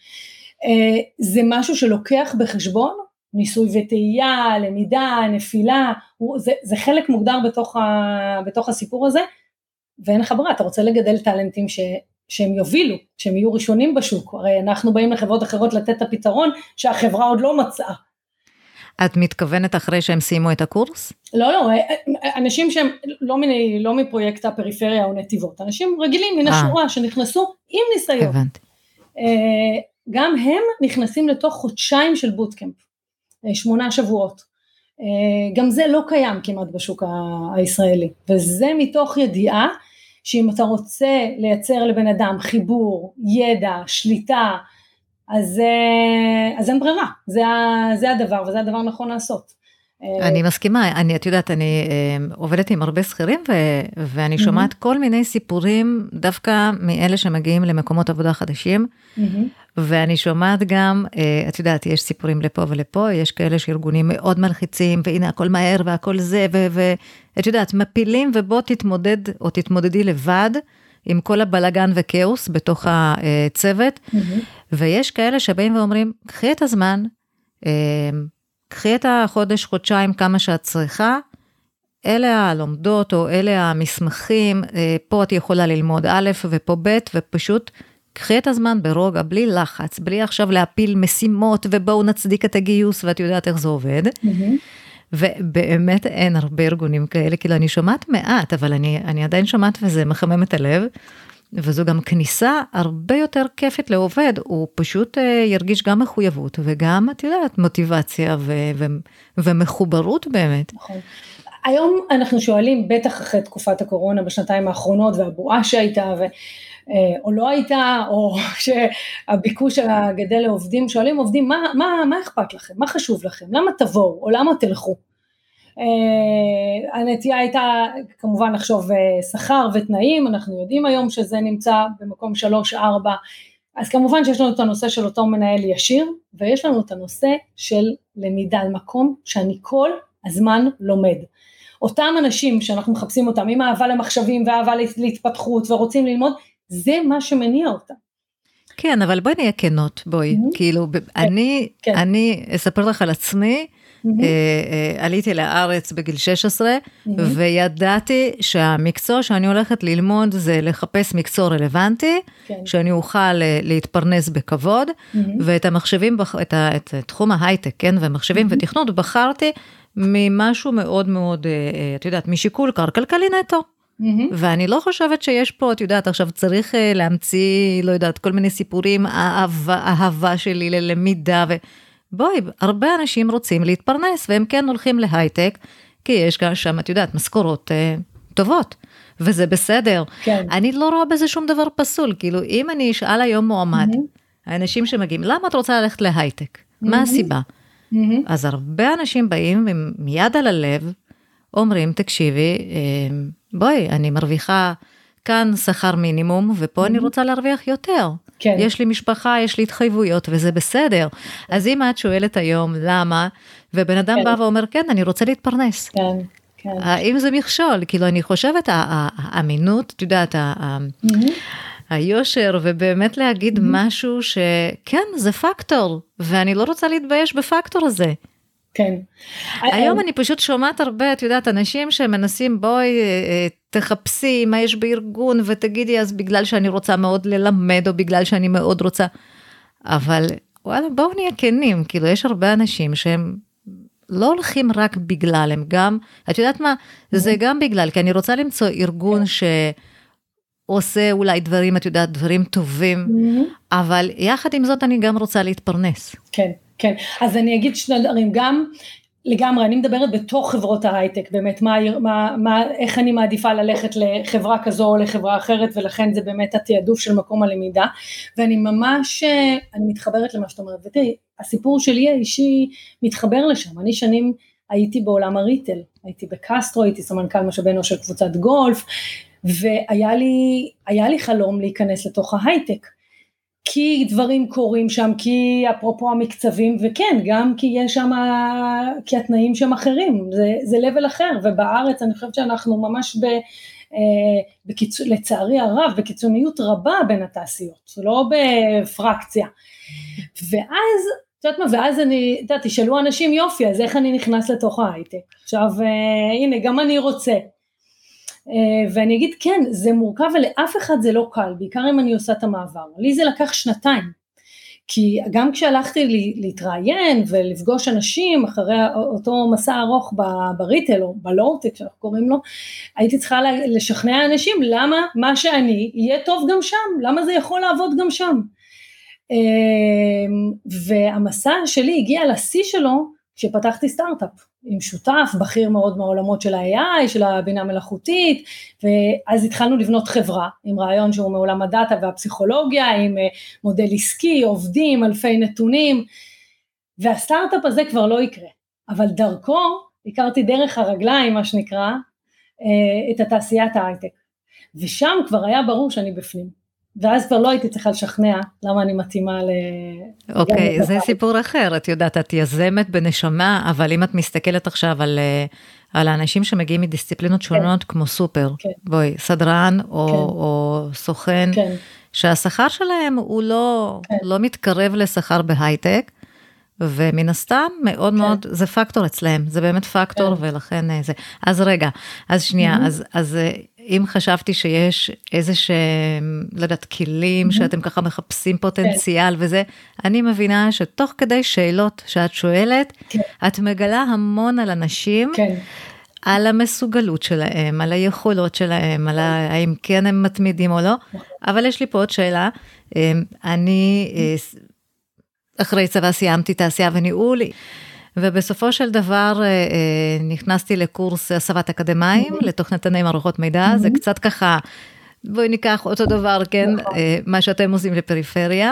זה משהו שלוקח בחשבון, ניסוי וטעייה, למידה, נפילה, זה, זה חלק מוגדר בתוך, ה, בתוך הסיפור הזה, ואין לך ברירה, אתה רוצה לגדל טלנטים ש, שהם יובילו, שהם יהיו ראשונים בשוק, הרי אנחנו באים לחברות אחרות לתת את הפתרון, שהחברה עוד לא מצאה. את מתכוונת אחרי שהם סיימו את הקורס? לא, לא, אנשים שהם לא, מיני, לא מפרויקט הפריפריה או נתיבות, אנשים רגילים מן השורה שנכנסו עם ניסיון. הבנתי. גם הם נכנסים לתוך חודשיים של בוטקאמפ, שמונה שבועות. גם זה לא קיים כמעט בשוק הישראלי, וזה מתוך ידיעה שאם אתה רוצה לייצר לבן אדם חיבור, ידע, שליטה, אז, אז אין ברירה, זה, זה הדבר, וזה הדבר נכון לעשות. אני מסכימה, אני, את יודעת, אני עובדת עם הרבה שכירים, ו, ואני שומעת כל מיני סיפורים, דווקא מאלה שמגיעים למקומות עבודה חדשים, ואני שומעת גם, את יודעת, יש סיפורים לפה ולפה, יש כאלה שארגונים מאוד מלחיצים, והנה הכל מהר והכל זה, ואת יודעת, מפילים ובוא תתמודד, או תתמודדי לבד, עם כל הבלגן וכאוס בתוך הצוות, ויש כאלה שבאים ואומרים, קחי את הזמן, קחי את החודש, חודשיים, כמה שאת צריכה, אלה הלומדות, או אלה המסמכים, פה את יכולה ללמוד א' ופה ב', ופשוט קחי את הזמן ברוגע, בלי לחץ, בלי עכשיו להפיל משימות, ובואו נצדיק את הגיוס, ואת יודעת איך זה עובד. ובאמת אין הרבה ארגונים כאלה, כאילו אני שומעת מעט, אבל אני, אני עדיין שומעת וזה מחמם את הלב, וזו גם כניסה הרבה יותר כיפית לעובד, הוא פשוט ירגיש גם מחויבות, וגם, את יודעת, מוטיבציה ו- ו- ומחוברות באמת. נכון. היום אנחנו שואלים, בטח אחרי תקופת הקורונה בשנתיים האחרונות, והבועה שהייתה, ו... או לא הייתה, או שהביקוש הגדל לעובדים, שואלים עובדים, מה, מה, מה אכפת לכם? מה חשוב לכם? למה תבואו? או למה תלכו? הנטייה הייתה כמובן לחשוב שכר ותנאים, אנחנו יודעים היום שזה נמצא במקום שלוש ארבע, אז כמובן שיש לנו את הנושא של אותו מנהל ישיר, ויש לנו את הנושא של למידה על מקום שאני כל הזמן לומד. אותם אנשים שאנחנו מחפשים אותם עם אהבה למחשבים ואהבה להתפתחות ורוצים ללמוד, זה מה שמניע אותם. כן, אבל בואי נהיה כנות, בואי, mm-hmm. כאילו, אני, כן. אני אספר לך על עצמי, mm-hmm. אה, אה, עליתי לארץ בגיל שש עשרה, mm-hmm. וידעתי שהמקצוע שאני הולכת ללמוד, זה לחפש מקצוע רלוונטי, כן. שאני אוכל להתפרנס בכבוד, mm-hmm. ואת המחשבים, את, את, את תחום ההייטק, כן, ומחשבים mm-hmm. ותכנות, בחרתי ממשהו מאוד מאוד, אה, את יודעת, משיקול כלכלי נטו. ואני לא חושבת שיש פה, את יודעת, עכשיו צריך להמציא, לא יודעת, כל מיני סיפורים, האהבה, האהבה שלי ללמידה, ובואי, הרבה אנשים רוצים להתפרנס, והם כן הולכים להייטק, כי יש שם, את יודעת, משכורות טובות, וזה בסדר. כן. אני לא רואה בזה שום דבר פסול, כאילו, אם אני אשאל היום מועמד, האנשים שמגיעים, למה את רוצה ללכת להייטק? מה הסיבה? אז הרבה אנשים באים, מיד על הלב, אומרים, תקשיבי, בואי, אני מרוויחה כאן שכר מינימום, ופה אני רוצה להרוויח יותר. כן. יש לי משפחה, יש לי התחייבויות, וזה בסדר. אז אם את שואלת היום, למה? ובן אדם בא ואומר, כן, אני רוצה להתפרנס. כן, כן. האם זה מכשול? כאילו, אני חושבת, האמינות, את יודעת, היושר, ובאמת להגיד משהו שכן, זה פקטור, ואני לא רוצה להתבייש בפקטור הזה. כן. היום אני פשוט שומעת הרבה, את יודעת, אנשים שמנסים, בואי, תחפשי מה יש בארגון, ותגידי, אז בגלל שאני רוצה מאוד ללמד, או בגלל שאני מאוד רוצה, אבל, וואלה, בואו נהיה כנים, כאילו, יש הרבה אנשים שהם לא הולכים רק בגלל, הם גם, את יודעת מה, זה גם בגלל, כי אני רוצה למצוא ארגון שעושה אולי דברים, את יודעת, דברים טובים, אבל יחד עם זאת אני גם רוצה להתפרנס. כן. כן, אז אני אגיד שני דברים, גם לגמרי, אני מדברת בתוך חברות ההייטק, באמת, מה, מה, מה, איך אני מעדיפה ללכת לחברה כזו או לחברה אחרת, ולכן זה באמת התיעדוף של מקום הלמידה, ואני ממש, אני מתחברת למה שאת אומרת, ותראי, הסיפור שלי האישי מתחבר לשם, אני שנים הייתי בעולם הריטל, הייתי בקסטרו, הייתי סמנכ"ל משאבי אנוש של קבוצת גולף, והיה לי, היה לי חלום להיכנס לתוך ההייטק, כי דברים קורים שם, כי אפרופו המקצבים, וכן, גם כי יש שם, כי התנאים שם אחרים, זה, זה level אחר, ובארץ אני חושבת שאנחנו ממש ב, אה, בקיצ... לצערי הרב, בקיצוניות רבה בין התעשיות, לא בפרקציה, ואז, את יודעת מה, ואז אני, את יודעת, תשאלו אנשים יופי, אז איך אני נכנס לתוך ההייטק, עכשיו, אה, הנה, גם אני רוצה, ואני אגיד כן, זה מורכב ולאף אחד זה לא קל, בעיקר אם אני עושה את המעבר, לי זה לקח שנתיים, כי גם כשהלכתי להתראיין ולפגוש אנשים אחרי אותו מסע ארוך בריטל או בלואו-טק שאנחנו קוראים לו, הייתי צריכה לשכנע אנשים למה מה שאני יהיה טוב גם שם, למה זה יכול לעבוד גם שם, והמסע שלי הגיע לשיא שלו, כשפתחתי סטארט-אפ, עם שותף, בכיר מאוד מהעולמות של ה-איי איי, של הבינה מלאכותית, ואז התחלנו לבנות חברה, עם רעיון שהוא מעולם הדאטה והפסיכולוגיה, עם מודל עסקי, עובדים, אלפי נתונים, והסטארט-אפ הזה כבר לא יקרה, אבל דרכו, הכרתי דרך הרגליים, מה שנקרא, את התעשיית ההייטק, ושם כבר היה ברור שאני בפנים. ואז כבר לא הייתי צריכה לשכנע למה אני מתאימה ל... אוקיי, זה סיפור אחר, את יודעת, את יזמת בנשמה, אבל אם את מסתכלת עכשיו על, על האנשים שמגיעים מדיסציפלינות שונות, כמו סופר, בואי, סדרן או סוכן, שהשכר שלהם הוא לא, לא מתקרב לשכר בהייטק, ומן הסתם מאוד מאוד, זה פקטור אצלהם, זה באמת פקטור, ולכן זה. אז רגע, אז שנייה, אז, אז אם חשבתי שיש איזה שהם, לא יודעת, כלים, שאתם ככה מחפשים פוטנציאל וזה, אני מבינה שתוך כדי שאלות שאת שואלת, את מגלה המון על אנשים, על המסוגלות שלהם, על היכולות שלהם, על האם כן הם מתמידים או לא, אבל יש לי פה עוד שאלה, אני... אחרי צבא סיימתי תעשייה וניהול, ובסופו של דבר נכנסתי לקורס הסבת אקדמיים, לתוכניתני מערכות מידע, זה קצת ככה, בואי ניקח אותו דבר, כן, מה שאתם עושים לפריפריה,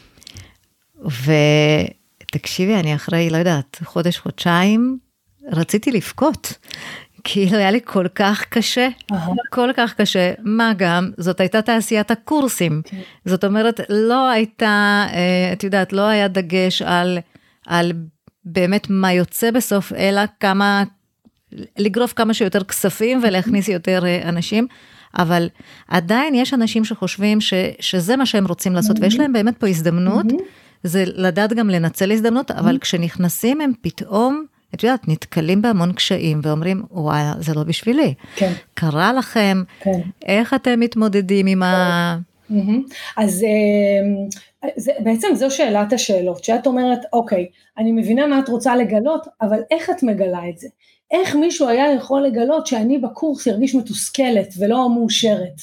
ותקשיבי, אני אחרי, לא יודעת, חודש, חודשיים, רציתי לפקוט, כאילו היה לי כל כך קשה, כל כך קשה, מה גם, זאת הייתה תעשיית הקורסים, זאת אומרת, לא הייתה, את יודעת, לא היה דגש על, על באמת מה יוצא בסוף, אלא כמה, לגרוף כמה שיותר כספים, ולהכניס יותר אנשים, אבל עדיין יש אנשים שחושבים ש, שזה מה שהם רוצים לעשות, ויש להם באמת פה הזדמנות, זה לדעת גם לנצל הזדמנות, אבל כשנכנסים הם פתאום, את יודעת, נתקלים בהמון קשיים, ואומרים, וואי, זה לא בשבילי. כן. קרה לכם, כן. איך אתם מתמודדים עם ה... אז זה, בעצם זו שאלת השאלות, שאת אומרת, אוקיי, אני מבינה מה את רוצה לגלות, אבל איך את מגלה את זה? איך מישהו היה יכול לגלות שאני בקורס ירגיש מתוסכלת ולא מאושרת?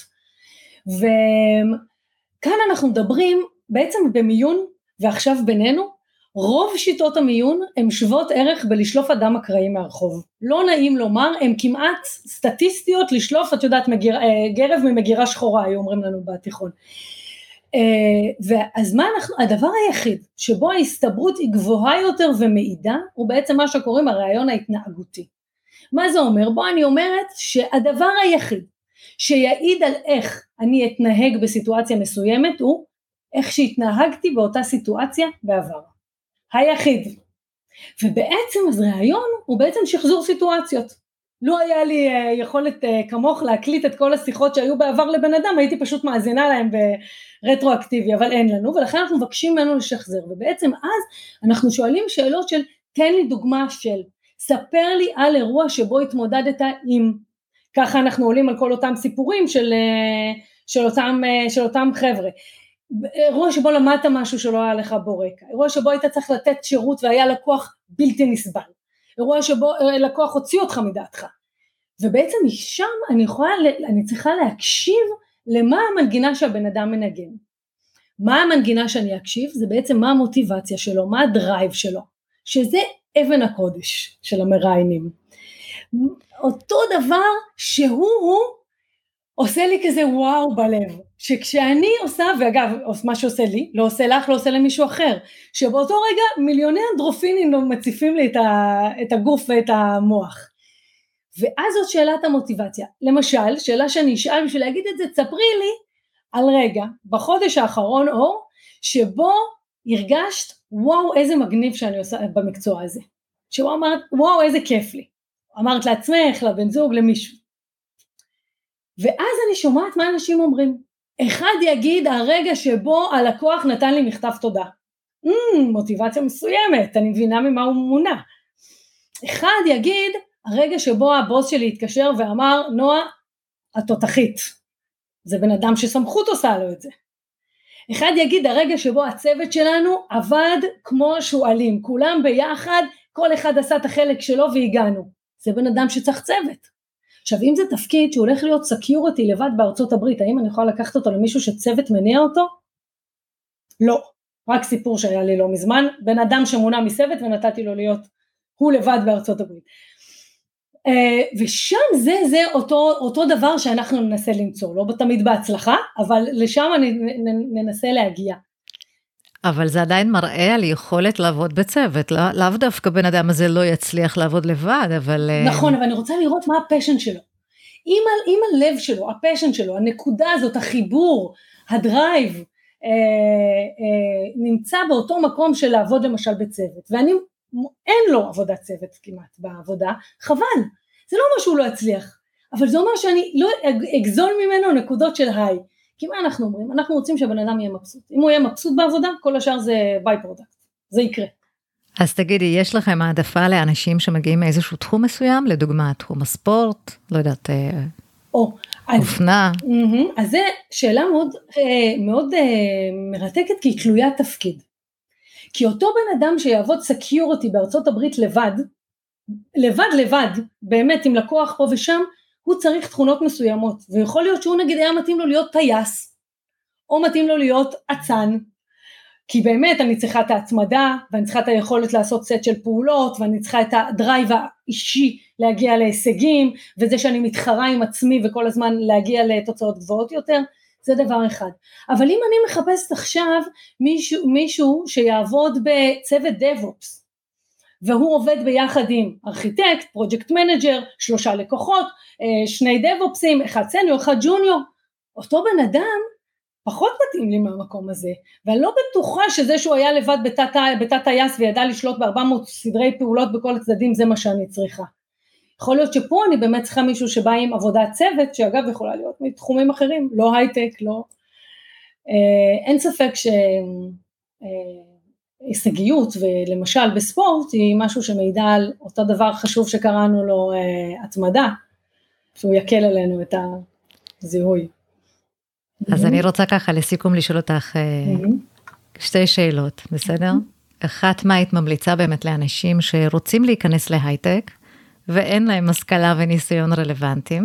וכאן אנחנו מדברים בעצם במיון, ועכשיו בינינו, רוב שיטות המיון הן שוות ערך בלשלוף אדם אקראי מהרחוב. לא נעים לומר, הן כמעט סטטיסטיות לשלוף, את יודעת, מגיר, גרב ממגירה שחורה, היו אומרים לנו בתיכון. ואז מה אנחנו, הדבר היחיד שבו ההסתברות היא גבוהה יותר ומעידה, הוא בעצם מה שקוראים הרעיון ההתנהגותי. מה זה אומר? בוא אני אומרת שהדבר היחיד שיעיד על איך אני אתנהג בסיטואציה מסוימת, הוא איך שהתנהגתי באותה סיטואציה בעבר. היחיד. ובעצם אז רעיון הוא בעצם שחזור סיטואציות. לא היה לי יכולת כמוך להקליט את כל השיחות שהיו בעבר לבן אדם, הייתי פשוט מאזינה להם ברטרואקטיבי, אבל אין לנו, ולכן אנחנו מבקשים ממנו לשחזר, ובעצם אז אנחנו שואלים שאלות של, תן לי דוגמה של, ספר לי על אירוע שבו התמודדת עם, ככה אנחנו עולים על כל אותם סיפורים של, של, אותם, של אותם חבר'ה, אירוע שבו למדת משהו שלא היה לך בורקע, אירוע שבו היית צריך לתת שירות והיה לקוח בלתי נסבל, אירוע שבו לקוח הוציא אותך מדעתך, ובעצם משם אני יכולה, אני צריכה להקשיב למה המנגינה שהבן אדם מנגן. מה המנגינה שאני אקשיב? זה בעצם מה המוטיבציה שלו, מה הדרייב שלו, שזה אבן הקודש של המראיינים. אותו דבר שהוא הוא עושה לי כזה וואו בלב, שכשאני עושה, ואגב מה שעושה לי, לא עושה לך, לא עושה למישהו אחר, שבאותו רגע מיליוני אנדרופינים מציפים לי את הגוף ואת המוח. ואז זאת שאלת המוטיבציה. למשל, שאלה שאני אשאל בשביל להגיד את זה, תספרי לי על רגע, בחודש האחרון אור, שבו הרגשת, וואו איזה מגניב שאני עושה במקצוע הזה. שבו אמרת, וואו איזה כיף לי. אמרת לעצמך, לבן זוג, למישהו. ואז אני שומעת מה אנשים אומרים. אחד יגיד, הרגע שבו הלקוח נתן לי מכתב תודה. Mm, מוטיבציה מסוימת, אני מבינה ממה הוא מונע. אחד יגיד, הרגע שבו הבוס שלי התקשר ואמר, נועה, את תותחית. זה בן אדם שסמכות עושה לו את זה. אחד יגיד, הרגע שבו הצוות שלנו עבד כמו שואלים, כולם ביחד, כל אחד עשה את החלק שלו והגענו. זה בן אדם שצריך צוות. עכשיו, אם זה תפקיד שהוא הולך להיות סקיוריטי לבד בארצות הברית, האם אני יכולה לקחת אותו למישהו שצוות מניע אותו? לא. רק סיפור שהיה לי לא מזמן, בן אדם שמונע מסוות ונתתי לו להיות הוא לבד בארצות הברית. ושם זה, זה אותו, אותו דבר שאנחנו ננסה למצוא, לא תמיד בהצלחה, אבל לשם ננסה להגיע. אבל זה עדיין מראה על יכולת לעבוד בצוות, לא, לאו דווקא בן אדם הזה לא יצליח לעבוד לבד, אבל... נכון, אבל אני רוצה לראות מה הפשן שלו. אם, אם הלב שלו, הפשן שלו, הנקודה הזאת, החיבור, הדרייב, אה, אה, נמצא באותו מקום של לעבוד למשל בצוות, ואני, אין לו עבודת צוות כמעט בעבודה, חבל, זה לא אומר שהוא לא יצליח, אבל זה אומר שאני לא אגזול ממנו נקודות של היי, כי מה אנחנו אומרים? אנחנו רוצים שהבן אדם יהיה מבסוט. אם הוא יהיה מבסוט בעבודה, כל השאר זה ביי פרודקט. זה יקרה. אז תגידי, יש לכם העדפה לאנשים שמגיעים מאיזשהו תחום מסוים, לדוגמה, תחום הספורט, לא יודעת, או, אופנה? אז, אז זה שאלה מאוד, מאוד מרתקת, כי היא תלוית תפקיד. כי אותו בן אדם שיעבוד סקיוריטי בארצות הברית לבד, לבד לבד, באמת עם לקוח פה ושם, הוא צריך תכונות מסוימות, ויכול להיות שהוא נגיד היה מתאים לו להיות טייס, או מתאים לו להיות עצן, כי באמת אני צריכה את ההצמדה, ואני צריכה את היכולת לעשות סט של פעולות, ואני צריכה את הדרייב האישי להגיע להישגים, וזה שאני מתחרה עם עצמי וכל הזמן להגיע לתוצאות גבוהות יותר, זה דבר אחד. אבל אם אני מחפשת עכשיו מישהו, מישהו שיעבוד בצוות דב-אופס, והוא עובד ביחד עם ארכיטקט, פרויקט מנג'ר, שלושה לקוחות, שני דב-אופסים, אחד סניור, אחד ג'וניור, אותו בן אדם פחות מתאים לי מהמקום הזה, ואני לא בטוחה שזה שהוא היה לבד בתת, בתת טייס וידע לשלוט ב-ארבע מאות סדרי פעולות בכל הצדדים, זה מה שאני צריכה. יכול להיות שפה אני באמת צריכה מישהו שבא עם עבודת צוות, שאגב יכולה להיות מתחומים אחרים, לא הייטק, לא, אה, אין ספק ש... אה, הישגיות, ולמשל בספורט, היא משהו שמעידה על אותו דבר חשוב שקראנו לו אה, התמדה, שהוא יקל עלינו את הזיהוי. אז אני רוצה ככה לסיכום לשאול אותך שתי שאלות, בסדר? אחת, מה היית ממליצה באמת לאנשים שרוצים להיכנס להייטק, ואין להם השכלה וניסיון רלוונטיים?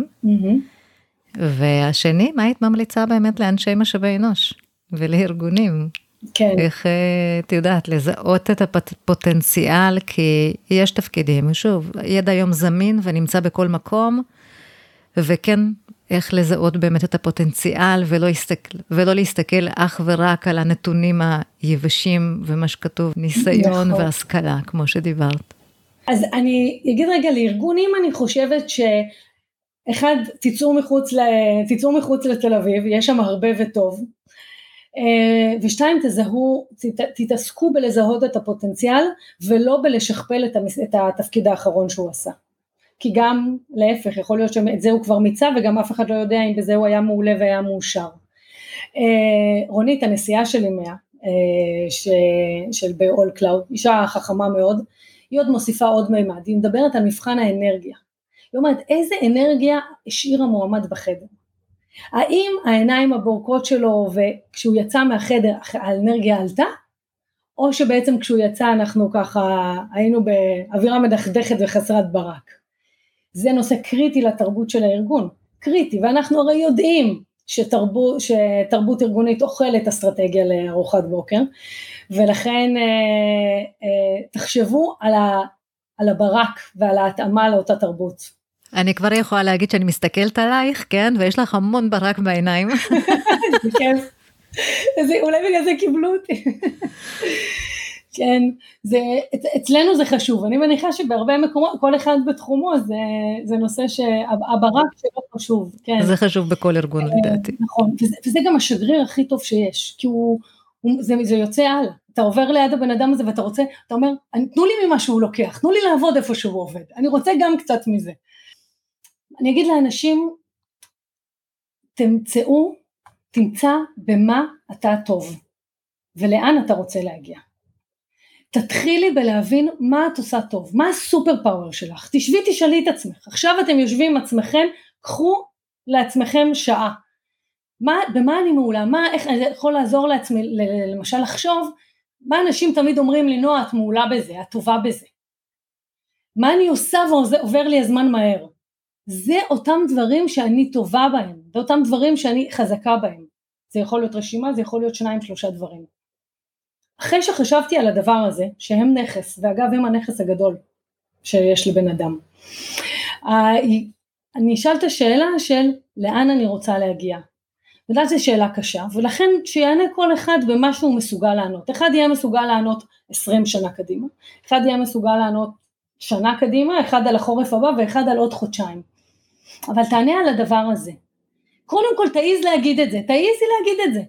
והשני, מה היית ממליצה באמת לאנשי משאבי אנוש ולארגונים? כן. איך את יודעת, לזהות את הפוטנציאל, כי יש תפקידים, שוב, ידע היום זמין ונמצא בכל מקום, וכן, איך לזהות באמת את הפוטנציאל, ולא, יסתכל, ולא להסתכל אך ורק על הנתונים היבשים, ומה שכתוב, ניסיון נכון. והשכלה, כמו שדיברת. אז אני אגיד רגע, לארגונים אני חושבת ש... אחד, תיצאו מחוץ, תיצאו מחוץ לתל אביב, יש שם הרבה וטוב, ושתיים, תזהו, תתעסקו בלזהות את הפוטנציאל, ולא בלשכפל את התפקיד האחרון שהוא עשה. כי גם להפך, יכול להיות שאת זה הוא כבר מיצה, וגם אף אחד לא יודע אם בזה הוא היה מעולה והיה מאושר. רונית, הנשיאה שלי מאה, של ב-All Cloud, אישה חכמה מאוד, היא עוד מוסיפה עוד מימד, היא מדברת על מבחן האנרגיה. היא אומרת, איזה אנרגיה השאיר המועמד בחדר? האם העיניים הבורקות שלו, וכשהוא יצא מהחדר, האנרגיה עלתה? או שבעצם כשהוא יצא, אנחנו ככה, היינו באווירה מדכדכת וחסרת ברק. זה נושא קריטי לתרבות של הארגון, קריטי, ואנחנו הרי יודעים שתרבות, שתרבות ארגונית אוכלת אסטרטגיה לארוחת בוקר, ולכן אה, אה, תחשבו על על הברק ועל ההתאמה לאותה תרבות. אני כבר יכולה להגיד שאני מסתכלת עלייך, כן, ויש לך המון ברק בעיניים. זה כיף. אולי בגלל זה קיבלו אותי. כן, זה, אצלנו זה חשוב, אני מניחה שבהרבה מקומות, כל אחד בתחומו, זה, זה נושא שהברק שלו חשוב. כן. זה חשוב בכל ארגון לדעתי. נכון, וזה, וזה גם השגריר הכי טוב שיש, כי הוא, הוא, זה, זה יוצא הלאה, אתה עובר ליד הבן אדם הזה ואתה רוצה, אתה אומר, תנו לי ממה שהוא לוקח, תנו לי לעבוד איפה שהוא עובד, אני רוצה גם קצת מזה. אני אגיד לאנשים, תמצאו, תמצא במה אתה טוב, ולאן אתה רוצה להגיע. תתחילי בלהבין מה את עושה טוב, מה הסופר פאוור שלך, תשבי תשאלי את עצמך, עכשיו אתם יושבים עם עצמכם, קחו לעצמכם שעה, מה, במה אני מעולה, מה, איך אני יכול לעזור לעצמי, למשל לחשוב, מה אנשים תמיד אומרים לי, נועה, את מעולה בזה, את טובה בזה, מה אני עושה ועובר לי הזמן מהר, זה אותם דברים שאני טובה בהם, זה אותם דברים שאני חזקה בהם, זה יכול להיות רשימה, זה יכול להיות שניים, שלושה דברים. אחרי שחשבתי על הדבר הזה, שהם נכס, ואגב הם הנכס הגדול שיש לבן אדם, אני אשאל את השאלה של לאן אני רוצה להגיע, ודעת זו שאלה קשה, ולכן שיענה כל אחד במה שהוא מסוגל לענות, אחד יהיה מסוגל לענות עשרים שנה קדימה, אחד יהיה מסוגל לענות שנה קדימה, אחד על החורף הבא ואחד על עוד חודשיים, אבל תענה על הדבר הזה, קודם כל תעיז להגיד את זה, תעיזי להגיד את זה,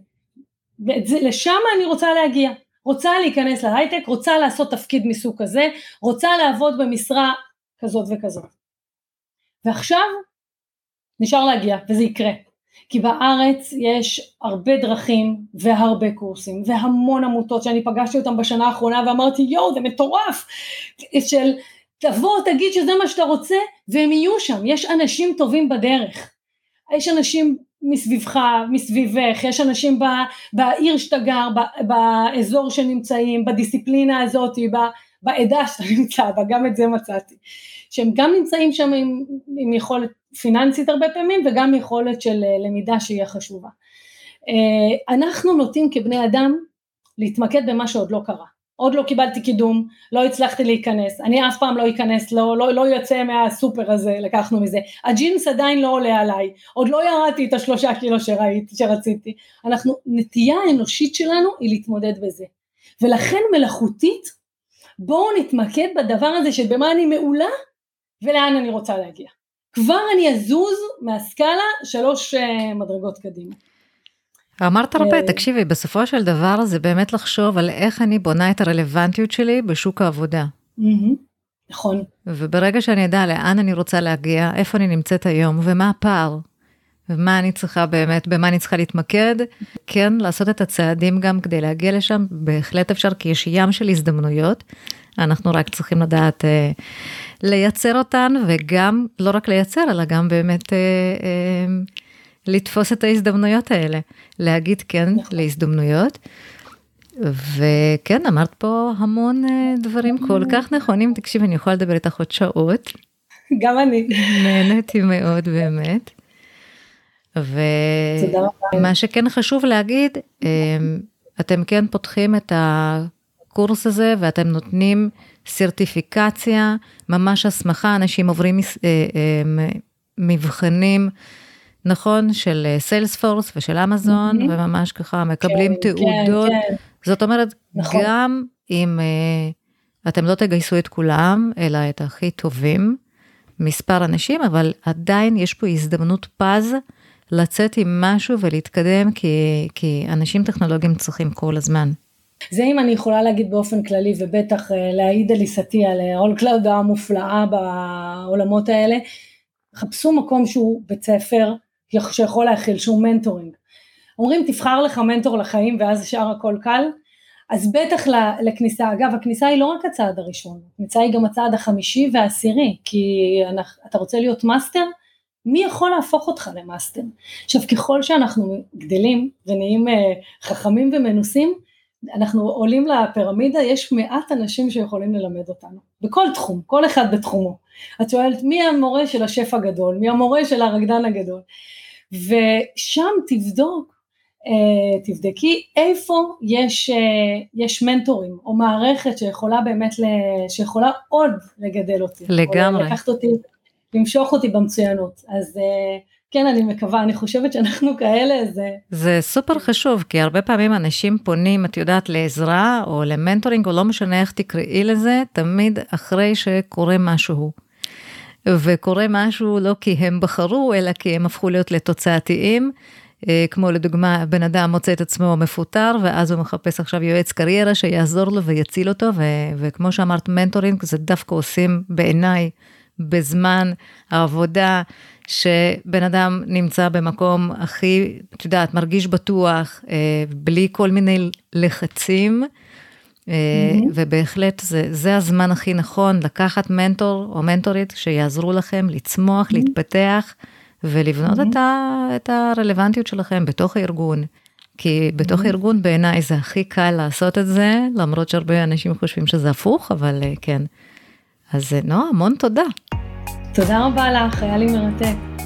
לשם אני רוצה להגיע, רוצה להיכנס להייטק, רוצה לעשות תפקיד מסוג כזה, רוצה לעבוד במשרה כזאת וכזאת, ועכשיו נשאר להגיע וזה יקרה, כי בארץ יש הרבה דרכים והרבה קורסים והמון עמותות שאני פגשתי אותם בשנה האחרונה ואמרתי יואו זה מטורף, של תבוא תגיד שזה מה שאתה רוצה והם יהיו שם, יש אנשים טובים בדרך, יש אנשים מסביבך, מסביבך, יש אנשים בעיר שאתה גר, באזור שנמצאים, בדיסציפלינה הזאת, בעדה שאתה נמצא בה, גם את זה מצאתי, שהם גם נמצאים שם עם, עם יכולת פיננסית הרבה פעמים, וגם יכולת של למידה שהיא חשובה. אנחנו נוטים כבני אדם להתמקד במה שעוד לא קרה, עוד לא קיבלתי קידום, לא הצלחתי להיכנס, אני אף פעם לא אכנס, לא, לא, לא יוצא מהסופר הזה, לקחנו מזה, הג'ינס עדיין לא עולה עליי, עוד לא ירדתי את השלושה קילו שראיתי, שרציתי, אנחנו, נטייה האנושית שלנו היא להתמודד בזה, ולכן מלאכותית, בואו נתמקד בדבר הזה של במה אני מעולה, ולאן אני רוצה להגיע. כבר אני אזוז מהסקאלה שלוש מדרגות קדימה. אמרת הרבה, תקשיבי, בסופו של דבר זה באמת לחשוב על איך אני בונה את הרלוונטיות שלי בשוק העבודה. נכון. וברגע שאני אדע לאן אני רוצה להגיע, איפה אני נמצאת היום, ומה הפער, ומה אני צריכה באמת, במה אני צריכה להתמקד, כן, לעשות את הצעדים גם כדי להגיע לשם, בהחלט אפשר, כי יש ים של הזדמנויות, אנחנו רק צריכים לדעת אה, לייצר אותן, וגם, לא רק לייצר, אלא גם באמת אה, אה, לתפוס את ההזדמנויות האלה, להגיד כן נכון. להזדמנויות, וכן, אמרת פה המון אה, דברים כל כך נכונים, תקשיב, אני יכולה לדבר איתך עוד שעות. גם אני. נהניתי מאוד באמת. ומה שכן חשוב להגיד, אתם כן פותחים את הקורס הזה, ואתם נותנים סרטיפיקציה, ממש הסמכה, אנשים עוברים מבחנים, נכון, של סיילספורס ושל אמזון, וממש ככה מקבלים תעודות, זאת אומרת, גם אם אתם לא תגייסו את כולם, אלא את הכי טובים, מספר אנשים, אבל עדיין יש פה הזדמנות פז, לצאת עם משהו ולהתקדם, כי, כי אנשים טכנולוגיים צריכים כל הזמן. זה אם אני יכולה להגיד באופן כללי, ובטח להעיד על עיסתי על אולקלאוד המופלאה בעולמות האלה, חפשו מקום שהוא בית ספר, שיכול להכיל, שהוא מנטורינג. אומרים תבחר לך מנטור לחיים, ואז שאר הכל קל, אז בטח לכניסה, אגב הכניסה היא לא רק הצעד הראשון, הכניסה היא גם הצעד החמישי והעשירי, כי אתה רוצה להיות מאסטר, מי יכול להפוך אותך למאסטר? עכשיו, ככל שאנחנו גדלים ונהיים חכמים ומנוסים, אנחנו עולים לפירמידה, יש מעט אנשים שיכולים ללמד אותנו, בכל תחום, כל אחד בתחומו. את שואלת, מי המורה של השף הגדול? מי המורה של הרקדן הגדול? ושם תבדוק תבדקי איפה יש, יש מנטורים, או מערכת שיכולה באמת, שיכולה עוד לגדל אותי. לגמרי. או לקחת אותי, למשוך אותי במצוינות. אז כן, אני מקווה, אני חושבת שאנחנו כאלה, זה... זה סופר חשוב, כי הרבה פעמים אנשים פונים, את יודעת, לעזרה, או למנטורינג, או לא משנה איך תקראי לזה, תמיד אחרי שקורה משהו. וקורה משהו לא כי הם בחרו, אלא כי הם הפכו להיות לתוצאתיים, כמו לדוגמה, בן אדם מוצא את עצמו מפוטר, ואז הוא מחפש עכשיו יועץ קריירה שיעזור לו ויציל אותו, ו- וכמו שאמרת, מנטורינג, זה דווקא עושים בעיניי, בזמן העבודה, שבן אדם נמצא במקום הכי, את יודעת, מרגיש בטוח, בלי כל מיני לחצים, mm-hmm. ובהחלט זה, זה הזמן הכי נכון, לקחת מנטור או מנטורית, שיעזרו לכם לצמוח, mm-hmm. להתפתח, ולבנות mm-hmm. את, ה, את הרלוונטיות שלכם בתוך הארגון, כי בתוך mm-hmm. הארגון בעיניי זה הכי קל לעשות את זה, למרות שהרבה אנשים חושבים שזה הפוך, אבל כן. אז נועה, המון תודה. תודה רבה לך, היה לי מרתק.